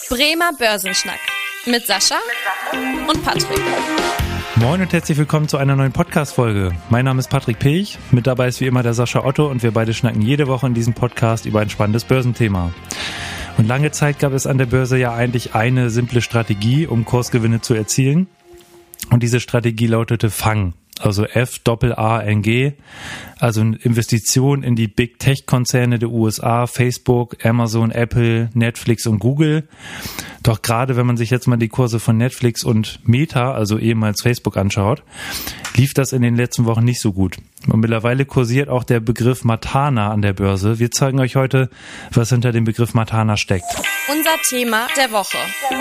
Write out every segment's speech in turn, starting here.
Bremer Börsenschnack mit Sascha und Patrick. Moin und herzlich willkommen zu einer neuen Podcast-Folge. Mein Name ist Patrick Pech, mit dabei ist wie immer der Sascha Otto und wir beide schnacken jede Woche in diesem Podcast über ein spannendes Börsenthema. Und lange Zeit gab es an der Börse ja eigentlich eine simple Strategie, um Kursgewinne zu erzielen. Und diese Strategie lautete FANG, also F-A-N-G, also Investition in die Big Tech-Konzerne der USA, Facebook, Amazon, Apple, Netflix und Google. Doch gerade wenn man sich jetzt mal die Kurse von Netflix und Meta, also ehemals Facebook, anschaut, lief das in den letzten Wochen nicht so gut. Und mittlerweile kursiert auch der Begriff Matana an der Börse. Wir zeigen euch heute, was hinter dem Begriff Matana steckt. Unser Thema der Woche.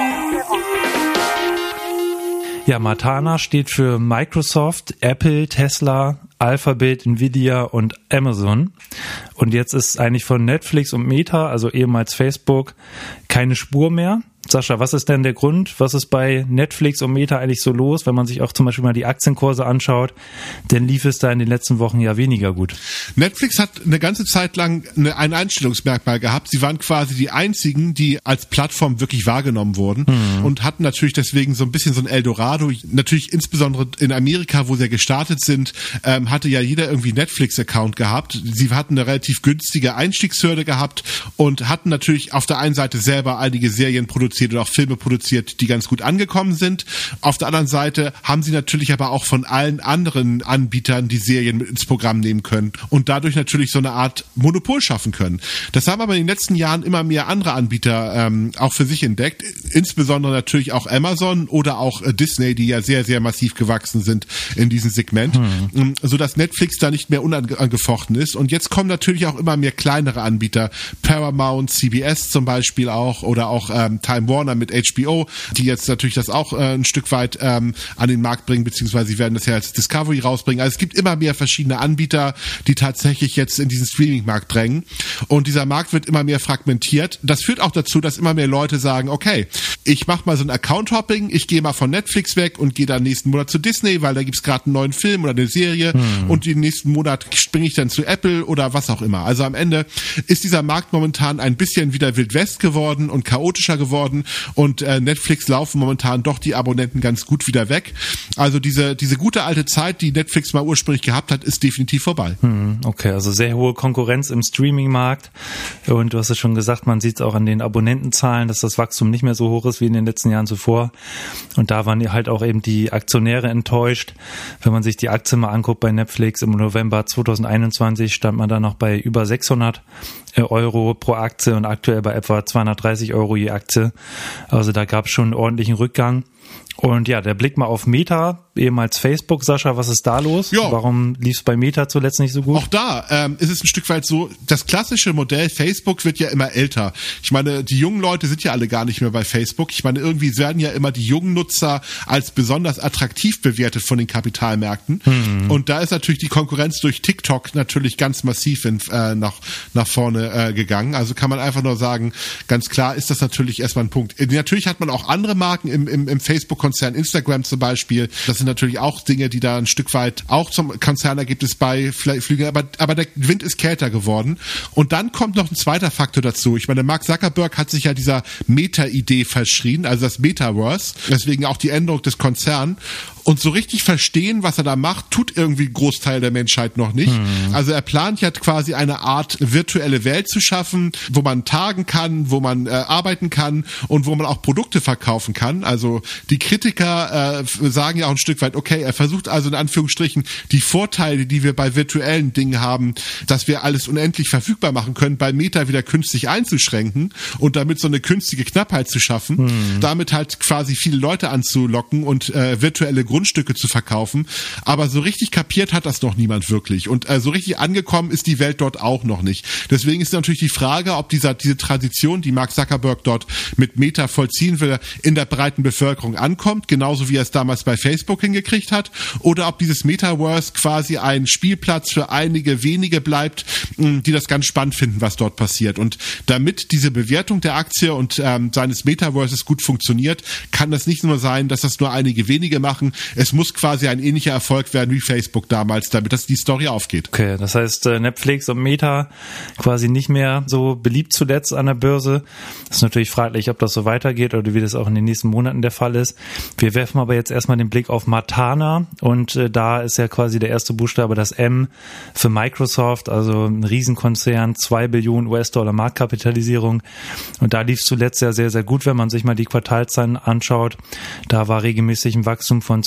Ja, Matana steht für Microsoft, Apple, Tesla, Alphabet, Nvidia und Amazon. Und jetzt ist eigentlich von Netflix und Meta, also ehemals Facebook, keine Spur mehr. Sascha, was ist denn der Grund? Was ist bei Netflix und Meta eigentlich so los, wenn man sich auch zum Beispiel mal die Aktienkurse anschaut? Denn lief es da in den letzten Wochen ja weniger gut. Netflix hat eine ganze Zeit lang ein Einstellungsmerkmal gehabt. Sie waren quasi die einzigen, die als Plattform wirklich wahrgenommen wurden und hatten natürlich deswegen so ein bisschen so ein Eldorado. Natürlich insbesondere in Amerika, wo sie gestartet sind, hatte ja jeder irgendwie Netflix-Account gehabt. Sie hatten eine relativ günstige Einstiegshürde gehabt und hatten natürlich auf der einen Seite selber einige Serien produziert oder auch Filme produziert, die ganz gut angekommen sind. Auf der anderen Seite haben sie natürlich aber auch von allen anderen Anbietern die Serien mit ins Programm nehmen können und dadurch natürlich so eine Art Monopol schaffen können. Das haben aber in den letzten Jahren immer mehr andere Anbieter auch für sich entdeckt, insbesondere natürlich auch Amazon oder auch Disney, die ja sehr, sehr massiv gewachsen sind in diesem Segment, sodass Netflix da nicht mehr unangefochten ist. Und jetzt kommen natürlich auch immer mehr kleinere Anbieter, Paramount, CBS zum Beispiel auch oder auch Time Warner mit HBO, die jetzt natürlich das auch ein Stück weit an den Markt bringen, beziehungsweise sie werden das ja als Discovery rausbringen. Also es gibt immer mehr verschiedene Anbieter, die tatsächlich jetzt in diesen Streaming-Markt drängen und dieser Markt wird immer mehr fragmentiert. Das führt auch dazu, dass immer mehr Leute sagen, okay, ich mache mal so ein Account-Hopping, ich gehe mal von Netflix weg und gehe dann nächsten Monat zu Disney, weil da gibt's gerade einen neuen Film oder eine Serie und den nächsten Monat springe ich dann zu Apple oder was auch immer. Also am Ende ist dieser Markt momentan ein bisschen wieder Wild West geworden und chaotischer geworden und Netflix laufen momentan doch die Abonnenten ganz gut wieder weg. Also diese gute alte Zeit, die Netflix mal ursprünglich gehabt hat, ist definitiv vorbei. Okay, also sehr hohe Konkurrenz im Streaming-Markt und du hast es schon gesagt, man sieht es auch an den Abonnentenzahlen, dass das Wachstum nicht mehr so hoch ist wie in den letzten Jahren zuvor und da waren halt auch eben die Aktionäre enttäuscht. Wenn man sich die Aktie mal anguckt bei Netflix im November 2021 stand man da noch bei über 600 Euro pro Aktie und aktuell bei etwa 230 Euro je Aktie. Also da gab es schon einen ordentlichen Rückgang. Und ja, der Blick mal auf Meta, ehemals Facebook. Sascha, was ist da los? Ja. Warum lief es bei Meta zuletzt nicht so gut? Auch da ist es ein Stück weit so, das klassische Modell Facebook wird ja immer älter. Ich meine, die jungen Leute sind ja alle gar nicht mehr bei Facebook. Ich meine, irgendwie werden ja immer die jungen Nutzer als besonders attraktiv bewertet von den Kapitalmärkten. Und da ist natürlich die Konkurrenz durch TikTok natürlich ganz massiv nach vorne gegangen. Also kann man einfach nur sagen, ganz klar ist das natürlich erstmal ein Punkt. Natürlich hat man auch andere Marken im Facebook-Konzern, Instagram zum Beispiel. Das sind natürlich auch Dinge, die da ein Stück weit auch zum Konzernergebnis beiflügen, aber der Wind ist kälter geworden. Und dann kommt noch ein zweiter Faktor dazu. Ich meine, Mark Zuckerberg hat sich ja dieser Meta-Idee verschrien, also das Metaverse, deswegen auch die Änderung des Konzerns. Und so richtig verstehen, was er da macht, tut irgendwie ein Großteil der Menschheit noch nicht. Also er plant ja quasi eine Art virtuelle Welt zu schaffen, wo man tagen kann, wo man arbeiten kann und wo man auch Produkte verkaufen kann. Also die Kritiker sagen ja auch ein Stück weit, okay, er versucht also in Anführungsstrichen die Vorteile, die wir bei virtuellen Dingen haben, dass wir alles unendlich verfügbar machen können, bei Meta wieder künstlich einzuschränken und damit so eine künstliche Knappheit zu schaffen, damit halt quasi viele Leute anzulocken und virtuelle Grundstücke zu verkaufen, aber so richtig kapiert hat das noch niemand wirklich und so richtig angekommen ist die Welt dort auch noch nicht. Deswegen ist natürlich die Frage, ob diese Tradition, die Mark Zuckerberg dort mit Meta vollziehen will, in der breiten Bevölkerung ankommt, genauso wie er es damals bei Facebook hingekriegt hat, oder ob dieses Metaverse quasi ein Spielplatz für einige wenige bleibt, die das ganz spannend finden, was dort passiert. Und damit diese Bewertung der Aktie und seines Metaverses gut funktioniert, kann das nicht nur sein, dass das nur einige wenige machen, es muss quasi ein ähnlicher Erfolg werden wie Facebook damals, damit das die Story aufgeht. Okay, das heißt, Netflix und Meta quasi nicht mehr so beliebt zuletzt an der Börse. Das ist natürlich fraglich, ob das so weitergeht oder wie das auch in den nächsten Monaten der Fall ist. Wir werfen aber jetzt erstmal den Blick auf Matana und da ist ja quasi der erste Buchstabe das M für Microsoft, also ein Riesenkonzern, 2 Billionen US-Dollar Marktkapitalisierung, und da lief es zuletzt ja sehr, sehr gut, wenn man sich mal die Quartalszahlen anschaut. Da war regelmäßig ein Wachstum von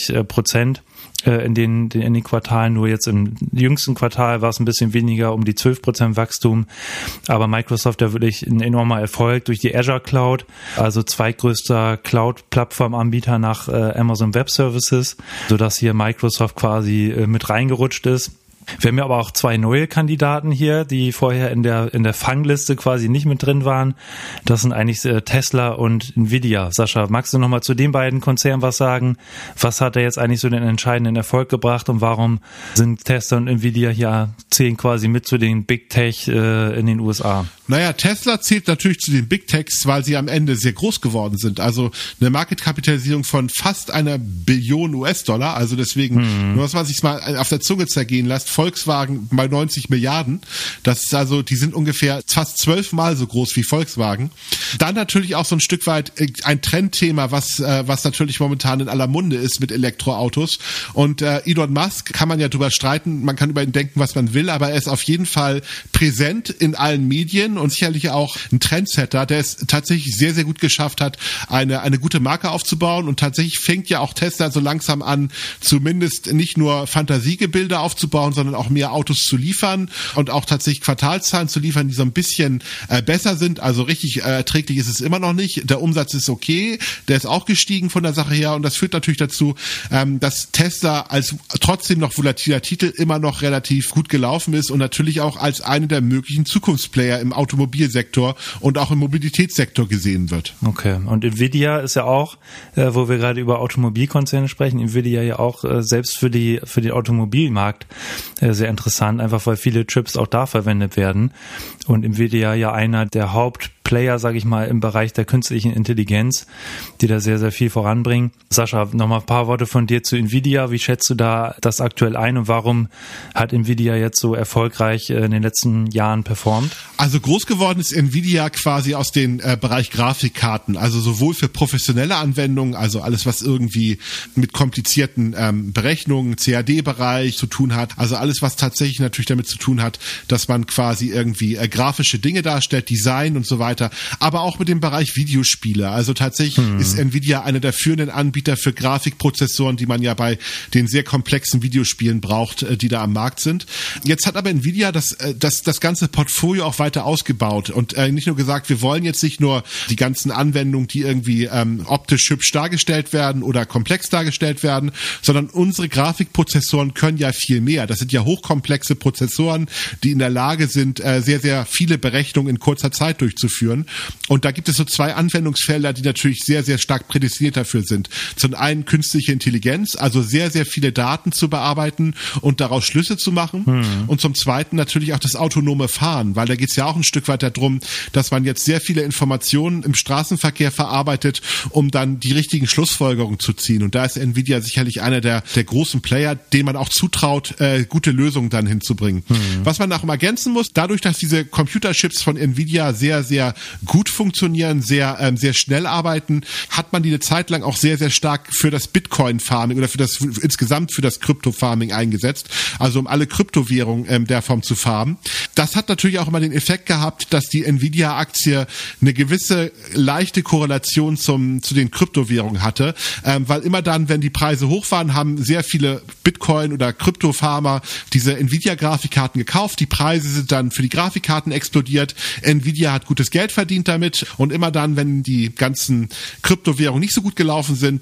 20% in den Quartalen, nur jetzt im jüngsten Quartal war es ein bisschen weniger, um die 12% Wachstum, aber Microsoft ja wirklich ein enormer Erfolg durch die Azure Cloud, also zweitgrößter Cloud-Plattformanbieter nach Amazon Web Services, sodass hier Microsoft quasi mit reingerutscht ist. Wir haben ja aber auch 2 neue Kandidaten hier, die vorher in der Fangliste quasi nicht mit drin waren. Das sind eigentlich Tesla und Nvidia. Sascha, magst du nochmal zu den beiden Konzernen was sagen? Was hat da jetzt eigentlich so den entscheidenden Erfolg gebracht und warum sind Tesla und Nvidia hier, zählen quasi mit zu den Big Tech in den USA? Naja, Tesla zählt natürlich zu den Big Techs, weil sie am Ende sehr groß geworden sind. Also eine Marketkapitalisierung von fast 1 Billion US-Dollar. Also deswegen, nur was sich mal auf der Zunge zergehen lässt, Volkswagen bei 90 Milliarden. Das ist also, die sind ungefähr fast 12-mal so groß wie Volkswagen. Dann natürlich auch so ein Stück weit ein Trendthema, was natürlich momentan in aller Munde ist mit Elektroautos. Und Elon Musk kann man ja drüber streiten, man kann über ihn denken, was man will, aber er ist auf jeden Fall präsent in allen Medien und sicherlich auch ein Trendsetter, der es tatsächlich sehr, sehr gut geschafft hat, eine gute Marke aufzubauen. Und tatsächlich fängt ja auch Tesla so langsam an, zumindest nicht nur Fantasiegebilde aufzubauen, sondern auch mehr Autos zu liefern und auch tatsächlich Quartalszahlen zu liefern, die so ein bisschen besser sind. Also richtig erträglich ist es immer noch nicht. Der Umsatz ist okay, der ist auch gestiegen von der Sache her, und das führt natürlich dazu, dass Tesla als trotzdem noch volatiler Titel immer noch relativ gut gelaufen ist und natürlich auch als eine der möglichen Zukunftsplayer im Automobilsektor und auch im Mobilitätssektor gesehen wird. Okay, und Nvidia ist ja auch, wo wir gerade über Automobilkonzerne sprechen, Nvidia ja auch selbst für den Automobilmarkt sehr interessant, einfach weil viele Chips auch da verwendet werden und Nvidia ja einer der Hauptplayer, sage ich mal, im Bereich der künstlichen Intelligenz, die da sehr, sehr viel voranbringen. Sascha, nochmal ein paar Worte von dir zu Nvidia. Wie schätzt du da das aktuell ein und warum hat Nvidia jetzt so erfolgreich in den letzten Jahren performt? Also groß geworden ist Nvidia quasi aus dem Bereich Grafikkarten, also sowohl für professionelle Anwendungen, also alles, was irgendwie mit komplizierten Berechnungen, CAD-Bereich zu tun hat, also alles, was tatsächlich natürlich damit zu tun hat, dass man quasi irgendwie grafische Dinge darstellt, Design und so weiter, aber auch mit dem Bereich Videospiele. Also tatsächlich ist Nvidia einer der führenden Anbieter für Grafikprozessoren, die man ja bei den sehr komplexen Videospielen braucht, die da am Markt sind. Jetzt hat aber Nvidia das ganze Portfolio auch weiter ausgebaut und nicht nur gesagt, wir wollen jetzt nicht nur die ganzen Anwendungen, die irgendwie optisch hübsch dargestellt werden oder komplex dargestellt werden, sondern unsere Grafikprozessoren können ja viel mehr. Das sind ja hochkomplexe Prozessoren, die in der Lage sind, sehr, sehr viele Berechnungen in kurzer Zeit durchzuführen. Und da gibt es so 2 Anwendungsfelder, die natürlich sehr, sehr stark prädestiniert dafür sind. Zum einen künstliche Intelligenz, also sehr, sehr viele Daten zu bearbeiten und daraus Schlüsse zu machen. Und zum zweiten natürlich auch das autonome Fahren, weil da geht es ja auch ein Stück weit darum, dass man jetzt sehr viele Informationen im Straßenverkehr verarbeitet, um dann die richtigen Schlussfolgerungen zu ziehen. Und da ist Nvidia sicherlich einer der großen Player, denen man auch zutraut, gute Lösungen dann hinzubringen. Was man auch mal ergänzen muss, dadurch, dass diese Computerchips von Nvidia sehr, sehr gut funktionieren, sehr, sehr schnell arbeiten, hat man die eine Zeit lang auch sehr, sehr stark für das Bitcoin-Farming oder insgesamt für das Krypto-Farming eingesetzt, also um alle Kryptowährungen der Form zu farmen. Das hat natürlich auch immer den Effekt gehabt, dass die Nvidia-Aktie eine gewisse leichte Korrelation zu den Kryptowährungen hatte, weil immer dann, wenn die Preise hoch waren, haben sehr viele Bitcoin- oder Krypto-Farmer diese Nvidia-Grafikkarten gekauft. Die Preise sind dann für die Grafikkarten explodiert. Nvidia hat gutes Geld verdient damit und immer dann, wenn die ganzen Kryptowährungen nicht so gut gelaufen sind,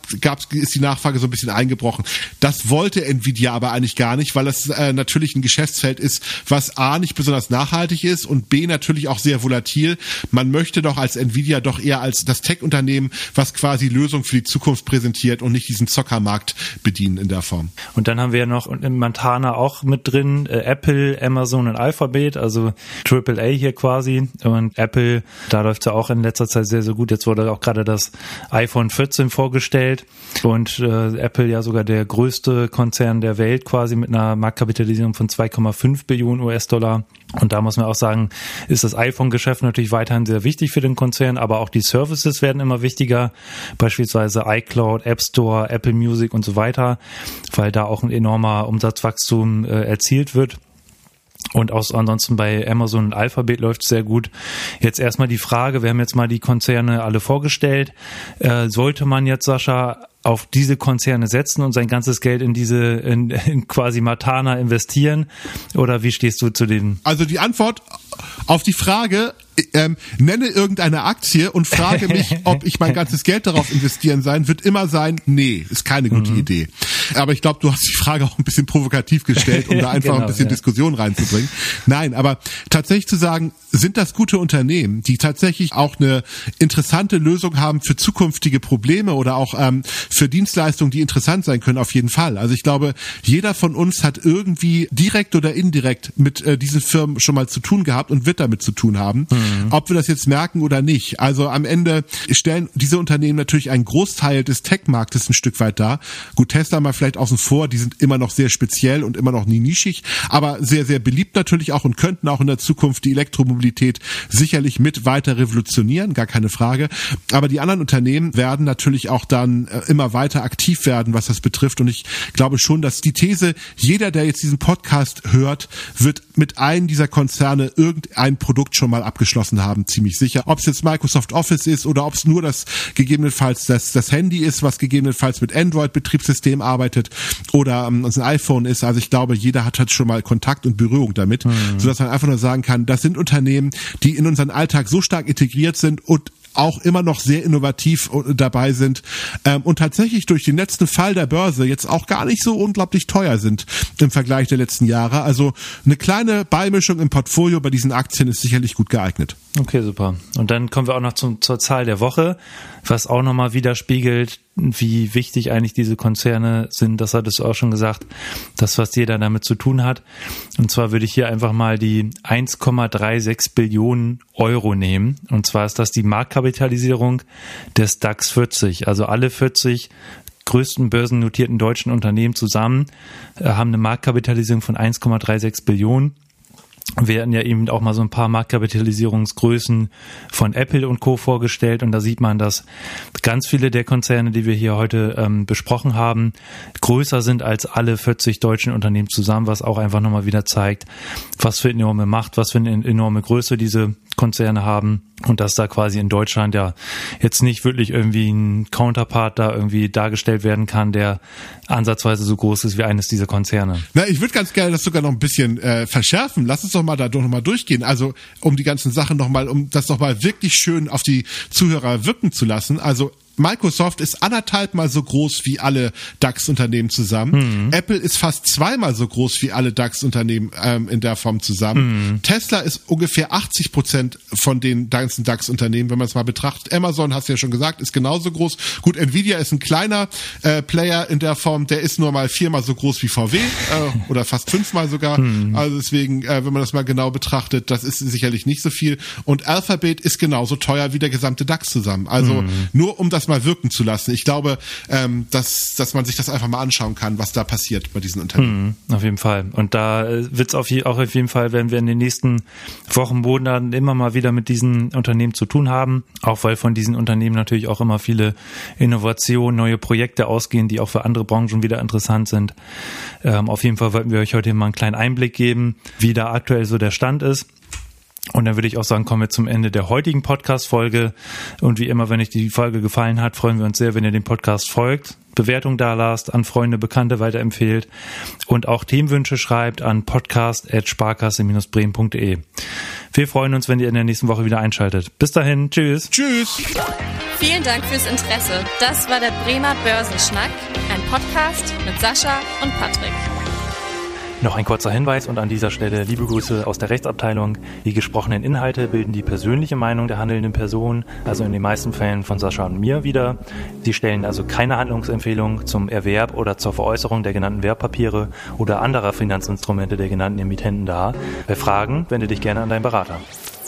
ist die Nachfrage so ein bisschen eingebrochen. Das wollte Nvidia aber eigentlich gar nicht, weil das natürlich ein Geschäftsfeld ist, was A, nicht besonders nachhaltig ist und B, natürlich auch sehr volatil. Man möchte doch als Nvidia doch eher als das Tech-Unternehmen, was quasi Lösungen für die Zukunft präsentiert und nicht diesen Zockermarkt bedienen in der Form. Und dann haben wir ja noch in Montana auch mit drin Apple, Amazon und Alphabet, also AAA hier quasi. Und Apple, da läuft es ja auch in letzter Zeit sehr, sehr gut. Jetzt wurde auch gerade das iPhone 14 vorgestellt und Apple ja sogar der größte Konzern der Welt quasi mit einer Marktkapitalisierung von 2,5 Billionen US-Dollar. Und da muss man auch sagen, ist das iPhone-Geschäft natürlich weiterhin sehr wichtig für den Konzern, aber auch die Services werden immer wichtiger, beispielsweise iCloud, App Store, Apple Music und so weiter, weil da auch ein enormer Umsatzwachstum erzielt wird. Und auch ansonsten bei Amazon und Alphabet läuft es sehr gut. Jetzt erstmal die Frage, wir haben jetzt mal die Konzerne alle vorgestellt. Sollte man jetzt, Sascha, auf diese Konzerne setzen und sein ganzes Geld in quasi Matana investieren? Oder wie stehst du zu denen? Also die Antwort auf die Frage, nenne irgendeine Aktie und frage mich, ob ich mein ganzes Geld darauf investieren sein, wird immer sein, nee, ist keine gute Idee. Aber ich glaube, du hast die Frage auch ein bisschen provokativ gestellt, um da einfach ein bisschen Diskussion reinzubringen. Nein, aber tatsächlich zu sagen, sind das gute Unternehmen, die tatsächlich auch eine interessante Lösung haben für zukünftige Probleme oder auch für Dienstleistungen, die interessant sein können, auf jeden Fall. Also ich glaube, jeder von uns hat irgendwie direkt oder indirekt mit diesen Firmen schon mal zu tun gehabt und wird damit zu tun haben. Ob wir das jetzt merken oder nicht. Also am Ende stellen diese Unternehmen natürlich einen Großteil des Tech-Marktes ein Stück weit dar. Gut, Tesla mal vielleicht außen vor, die sind immer noch sehr speziell und immer noch nie nischig, aber sehr, sehr beliebt natürlich auch und könnten auch in der Zukunft die Elektromobilität sicherlich mit weiter revolutionieren, gar keine Frage. Aber die anderen Unternehmen werden natürlich auch dann immer weiter aktiv werden, was das betrifft. Und ich glaube schon, dass die These, jeder, der jetzt diesen Podcast hört, wird mit einem dieser Konzerne irgendein Produkt schon mal abgeschlossen haben, ziemlich sicher. Ob es jetzt Microsoft Office ist oder ob es nur gegebenenfalls das Handy ist, was gegebenenfalls mit Android-Betriebssystem arbeitet oder ein iPhone ist. Also ich glaube, jeder hat schon mal Kontakt und Berührung damit, sodass man einfach nur sagen kann, das sind Unternehmen, die in unseren Alltag so stark integriert sind und auch immer noch sehr innovativ dabei sind und tatsächlich durch den letzten Fall der Börse jetzt auch gar nicht so unglaublich teuer sind im Vergleich der letzten Jahre. Also eine kleine Beimischung im Portfolio bei diesen Aktien ist sicherlich gut geeignet. Okay, super. Und dann kommen wir auch noch zur Zahl der Woche, was auch nochmal widerspiegelt, wie wichtig eigentlich diese Konzerne sind. Das hattest du auch schon gesagt, das, was jeder damit zu tun hat. Und zwar würde ich hier einfach mal die 1,36 Billionen Euro nehmen. Und zwar ist das die Marktkapitalisierung des DAX 40. Also alle 40 größten börsennotierten deutschen Unternehmen zusammen haben eine Marktkapitalisierung von 1,36 Billionen. Wir hatten ja eben auch mal so ein paar Marktkapitalisierungsgrößen von Apple und Co. vorgestellt und da sieht man, dass ganz viele der Konzerne, die wir hier heute besprochen haben, größer sind als alle 40 deutschen Unternehmen zusammen, was auch einfach nochmal wieder zeigt, was für eine enorme Macht, was für eine enorme Größe diese Konzerne haben und dass da quasi in Deutschland ja jetzt nicht wirklich irgendwie ein Counterpart da irgendwie dargestellt werden kann, der ansatzweise so groß ist wie eines dieser Konzerne. Na, ich würde ganz gerne das sogar noch ein bisschen verschärfen. Lass uns doch mal da noch mal durchgehen. Also um die ganzen Sachen nochmal, um das nochmal wirklich schön auf die Zuhörer wirken zu lassen. Also Microsoft ist 1,5 Mal so groß wie alle DAX-Unternehmen zusammen. Apple ist fast 2-mal so groß wie alle DAX-Unternehmen in der Form zusammen. Tesla ist ungefähr 80% von den ganzen DAX-Unternehmen, wenn man es mal betrachtet. Amazon, hast du ja schon gesagt, ist genauso groß. Gut, Nvidia ist ein kleiner Player in der Form, der ist nur mal 4-mal so groß wie VW oder fast 5-mal sogar. Also deswegen, wenn man das mal genau betrachtet, das ist sicherlich nicht so viel. Und Alphabet ist genauso teuer wie der gesamte DAX zusammen. Also nur um das mal wirken zu lassen. Ich glaube, dass man sich das einfach mal anschauen kann, was da passiert bei diesen Unternehmen. Auf jeden Fall. Und da wird es auch auf jeden Fall, werden wir in den nächsten Wochen, Monaten immer mal wieder mit diesen Unternehmen zu tun haben, auch weil von diesen Unternehmen natürlich auch immer viele Innovationen, neue Projekte ausgehen, die auch für andere Branchen wieder interessant sind. Auf jeden Fall wollten wir euch heute mal einen kleinen Einblick geben, wie da aktuell so der Stand ist. Und dann würde ich auch sagen, kommen wir zum Ende der heutigen Podcast-Folge. Und wie immer, wenn euch die Folge gefallen hat, freuen wir uns sehr, wenn ihr dem Podcast folgt, Bewertung dalasst, an Freunde, Bekannte weiterempfehlt und auch Themenwünsche schreibt an podcast@sparkasse-bremen.de. Wir freuen uns, wenn ihr in der nächsten Woche wieder einschaltet. Bis dahin, tschüss. Tschüss. Vielen Dank fürs Interesse. Das war der Bremer Börsenschnack, ein Podcast mit Sascha und Patrick. Noch ein kurzer Hinweis und an dieser Stelle liebe Grüße aus der Rechtsabteilung. Die gesprochenen Inhalte bilden die persönliche Meinung der handelnden Person, also in den meisten Fällen von Sascha und mir wieder. Sie stellen also keine Handlungsempfehlung zum Erwerb oder zur Veräußerung der genannten Wertpapiere oder anderer Finanzinstrumente der genannten Emittenten dar. Bei Fragen wende dich gerne an deinen Berater.